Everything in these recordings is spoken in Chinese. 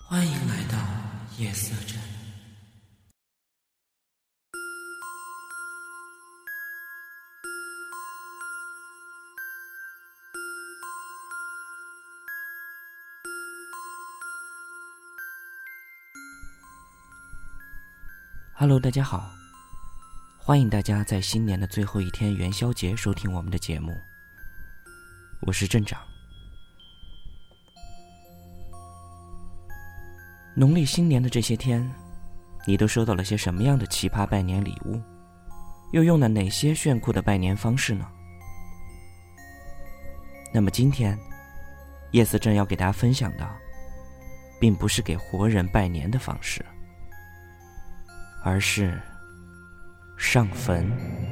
欢迎来到夜色镇。 Hello， 大家好，欢迎大家在新年的最后一天元宵节收听我们的节目，我是镇长。农历新年的这些天，你都收到了些什么样的奇葩拜年礼物？又用了哪些炫酷的拜年方式呢？那么今天，夜色镇要给大家分享的，并不是给活人拜年的方式，而是上坟。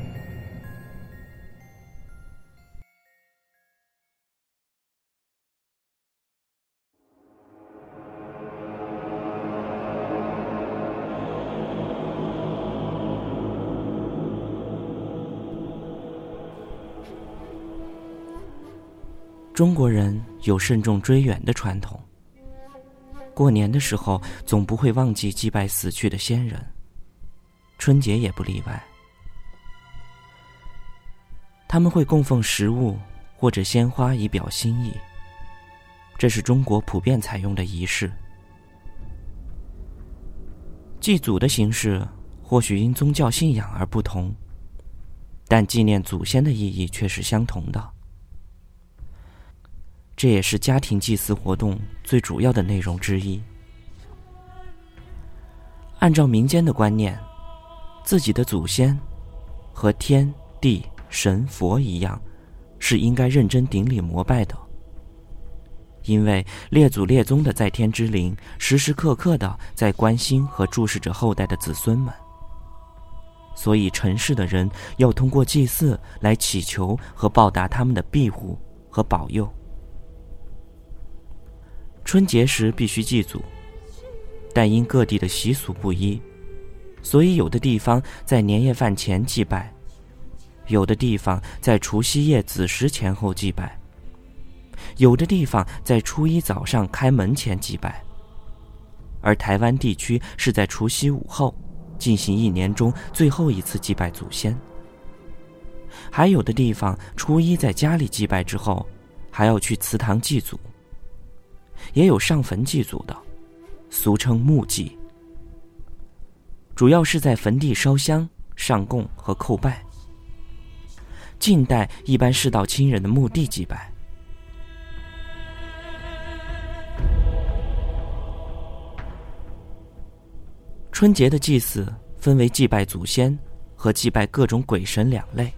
中国人有慎重追远的传统，过年的时候总不会忘记祭拜死去的先人，春节也不例外。他们会供奉食物或者鲜花以表心意，这是中国普遍采用的仪式。祭祖的形式或许因宗教信仰而不同，但纪念祖先的意义却是相同的。这也是家庭祭祀活动最主要的内容之一。按照民间的观念，自己的祖先和天地神佛一样，是应该认真顶礼膜拜的。因为列祖列宗的在天之灵时时刻刻地在关心和注视着后代的子孙们，所以尘世的人要通过祭祀来祈求和报答他们的庇护和保佑。春节时必须祭祖，但因各地的习俗不一，所以有的地方在年夜饭前祭拜，有的地方在除夕夜子时前后祭拜，有的地方在初一早上开门前祭拜，而台湾地区是在除夕午后进行一年中最后一次祭拜祖先。还有的地方初一在家里祭拜之后，还要去祠堂祭祖，也有上坟祭祖的，俗称墓祭，主要是在坟地烧香、上供和叩拜。近代一般是到亲人的墓地祭拜。春节的祭祀分为祭拜祖先和祭拜各种鬼神两类。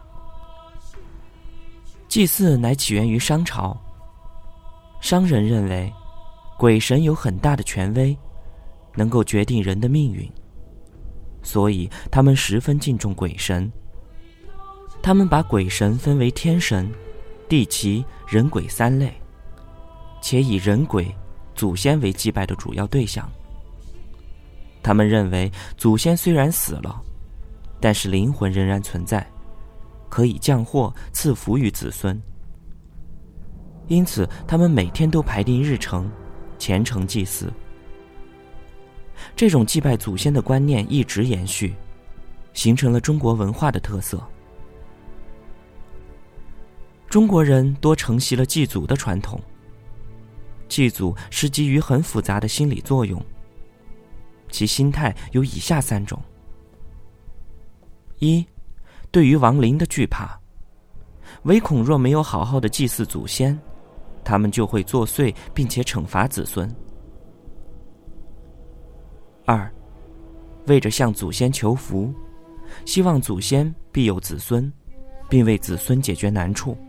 祭祀乃起源于商朝，商人认为鬼神有很大的权威，能够决定人的命运，所以他们十分敬重鬼神。他们把鬼神分为天神、地奇、人鬼三类，且以人鬼、祖先为祭拜的主要对象。他们认为祖先虽然死了，但是灵魂仍然存在，可以降祸赐福于子孙。因此他们每天都排定日程，虔诚祭祀。这种祭拜祖先的观念一直延续，形成了中国文化的特色。中国人多承袭了祭祖的传统，祭祖是基于很复杂的心理作用，其心态有以下三种：一，对于亡灵的惧怕，唯恐若没有好好的祭祀祖先，他们就会作祟并且惩罚子孙。二，为着向祖先求福，希望祖先庇佑子孙，并为子孙解决难处。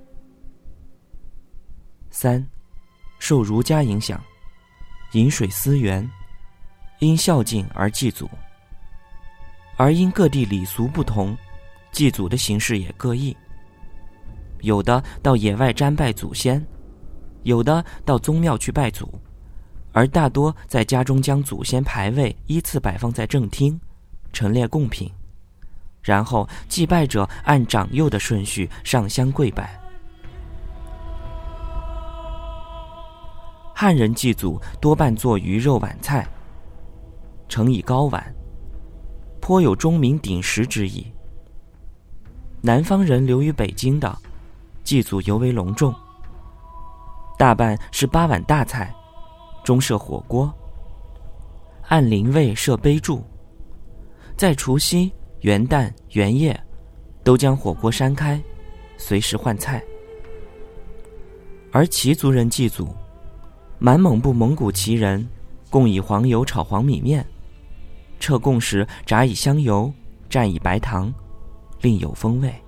三，受儒家影响，饮水思源，因孝敬而祭祖。而因各地礼俗不同，祭祖的形式也各异，有的到野外瞻拜祖先，有的到宗庙去拜祖，而大多在家中将祖先牌位依次摆放在正厅，陈列贡品，然后祭拜者按长幼的顺序上香跪拜。 汉人祭祖多半做鱼肉碗菜，盛以高碗，颇有钟鸣鼎食之意。南方人流于北京的祭祖尤为隆重，大半是8碗大菜，中设火锅，按灵位设碑柱，在除夕、元旦、元夜都将火锅扇开，随时换菜。而旗族人祭祖，满蒙部蒙古旗人共以黄油炒黄米面，撤供时炸以香油，蘸以白糖，另有风味。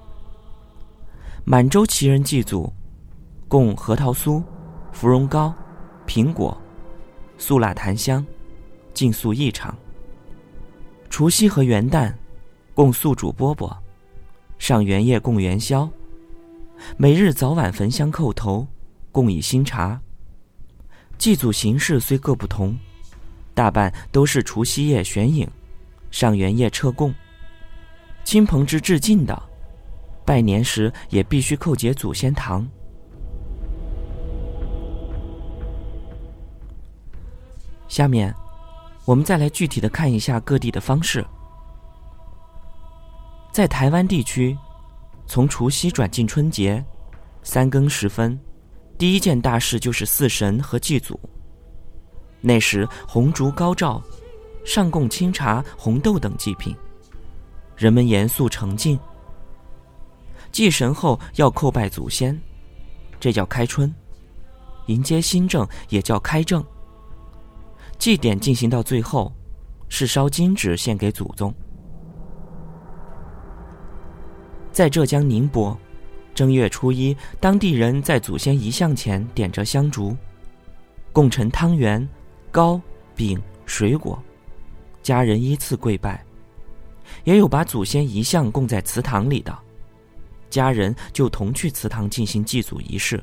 满洲旗人祭祖，供核桃酥、芙蓉糕、苹果、素辣檀香，尽素异常。除夕和元旦供素煮饽饽，上元夜供元宵，每日早晚焚香叩头，供以新茶。祭祖形式虽各不同，大半都是除夕夜悬影，上元夜撤供。亲朋之至近的，拜年时也必须叩结祖先堂。下面我们再来具体的看一下各地的方式。在台湾地区，从除夕转进春节，3更时分，第一件大事就是祀神和祭祖。那时红烛高照，上供清茶、红豆等祭品，人们严肃诚敬。祭神后要叩拜祖先，这叫开春，迎接新政也叫开政。祭典进行到最后，是烧金纸献给祖宗。在浙江宁波，正月初1，当地人在祖先遗像前点着香烛，供陈汤圆、糕、饼、水果，家人依次跪拜。也有把祖先遗像供在祠堂里的，家人就同去祠堂进行祭祖仪式。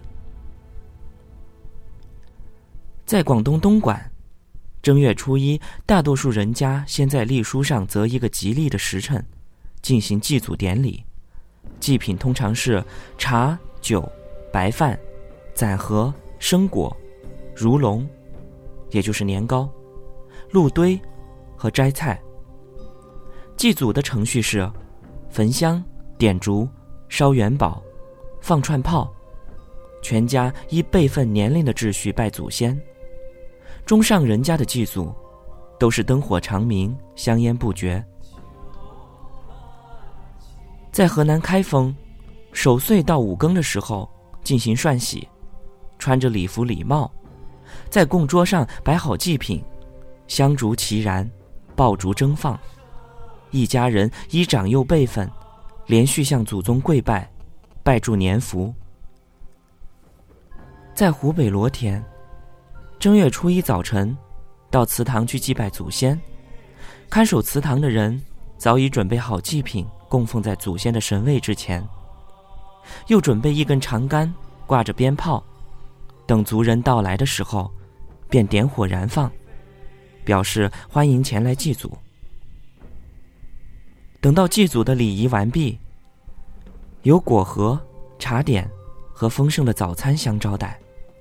在广东东莞，正月初1，大多数人家先在历书上择一个吉利的时辰，进行祭祖典礼。祭品通常是茶、酒、白饭、攒盒、生果、如龙，也就是年糕、路堆和摘菜。祭祖的程序是焚香、点烛、烧元宝、放串炮，全家依辈分年龄的秩序拜祖先。中上人家的祭祖都是灯火长明，香烟不绝。在河南开封，守岁到5更的时候进行涮洗，穿着礼服礼帽，在供桌上摆好祭品，香烛齐燃，爆竹争放，一家人依长幼辈分连续向祖宗跪拜，拜祝年福。在湖北罗田，正月初1早晨到祠堂去祭拜祖先，看守祠堂的人早已准备好祭品供奉在祖先的神位之前，又准备一根长杆，挂着鞭炮，等族人到来的时候便点火燃放，表示欢迎前来祭祖。等到祭祖的礼仪完毕，有果盒、茶点和丰盛的早餐相招待。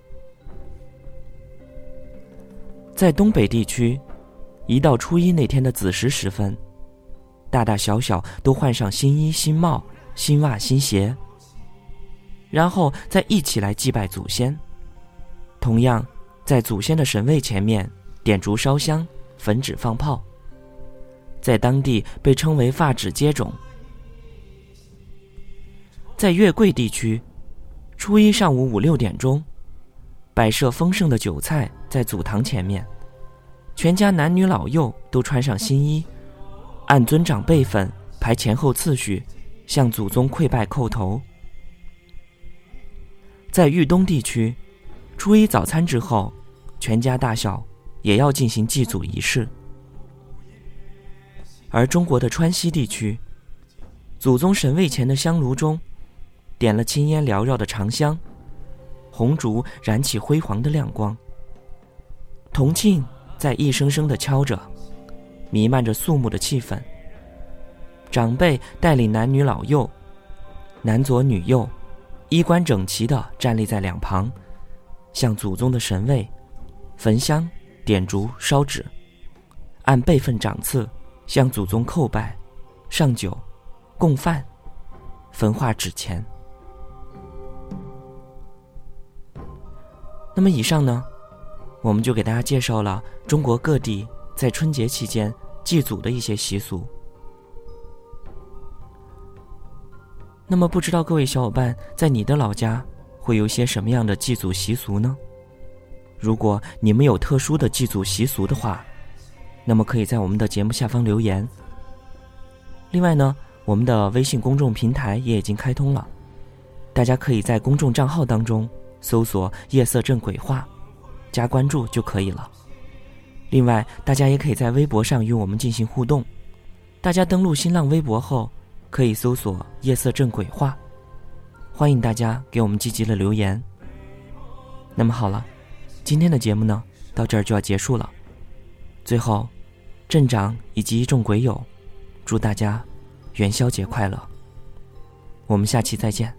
在东北地区，一到初1那天的子时时分，大大小小都换上新衣、新帽、新袜、新鞋，然后再一起来祭拜祖先。同样，在祖先的神位前面点烛烧香、焚纸放炮，在当地被称为发纸接种。在粤桂地区，初1上午5、6点钟，摆设丰盛的酒菜在祖堂前面，全家男女老幼都穿上新衣，按尊长辈分排前后次序，向祖宗跪拜叩头。在豫东地区，初1早餐之后，全家大小也要进行祭祖仪式。而中国的川西地区，祖宗神位前的香炉中点了青烟缭绕的长香，红烛燃起辉煌的亮光，铜磬在一声声地敲着，弥漫着肃穆的气氛。长辈带领男女老幼，男左女右，衣冠整齐地站立在两旁， 向祖宗的神位焚香点烛烧纸，按辈分长次向祖宗叩拜上酒供饭焚化纸钱。那么以上呢，我们就给大家介绍了中国各地在春节期间祭祖的一些习俗。那么不知道各位小伙伴在你的老家会有些什么样的祭祖习俗呢？如果你们有特殊的祭祖习俗的话，那么可以在我们的节目下方留言。另外呢，我们的微信公众平台也已经开通了，大家可以在公众账号当中搜索夜色镇鬼话，加关注就可以了。另外大家也可以在微博上与我们进行互动，大家登录新浪微博后可以搜索夜色镇鬼话，欢迎大家给我们积极的留言。那么好了，今天的节目呢到这儿就要结束了。最后，镇长以及一众鬼友祝大家元宵节快乐，我们下期再见。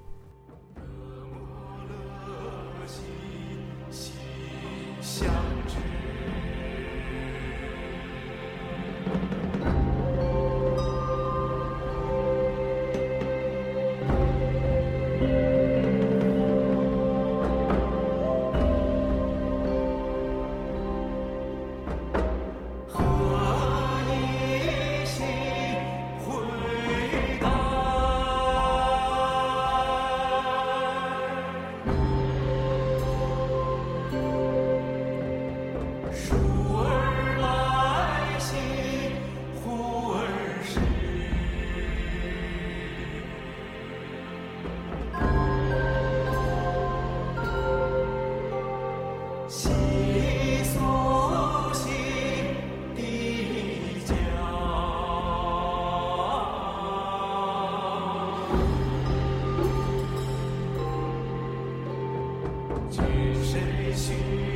举谁许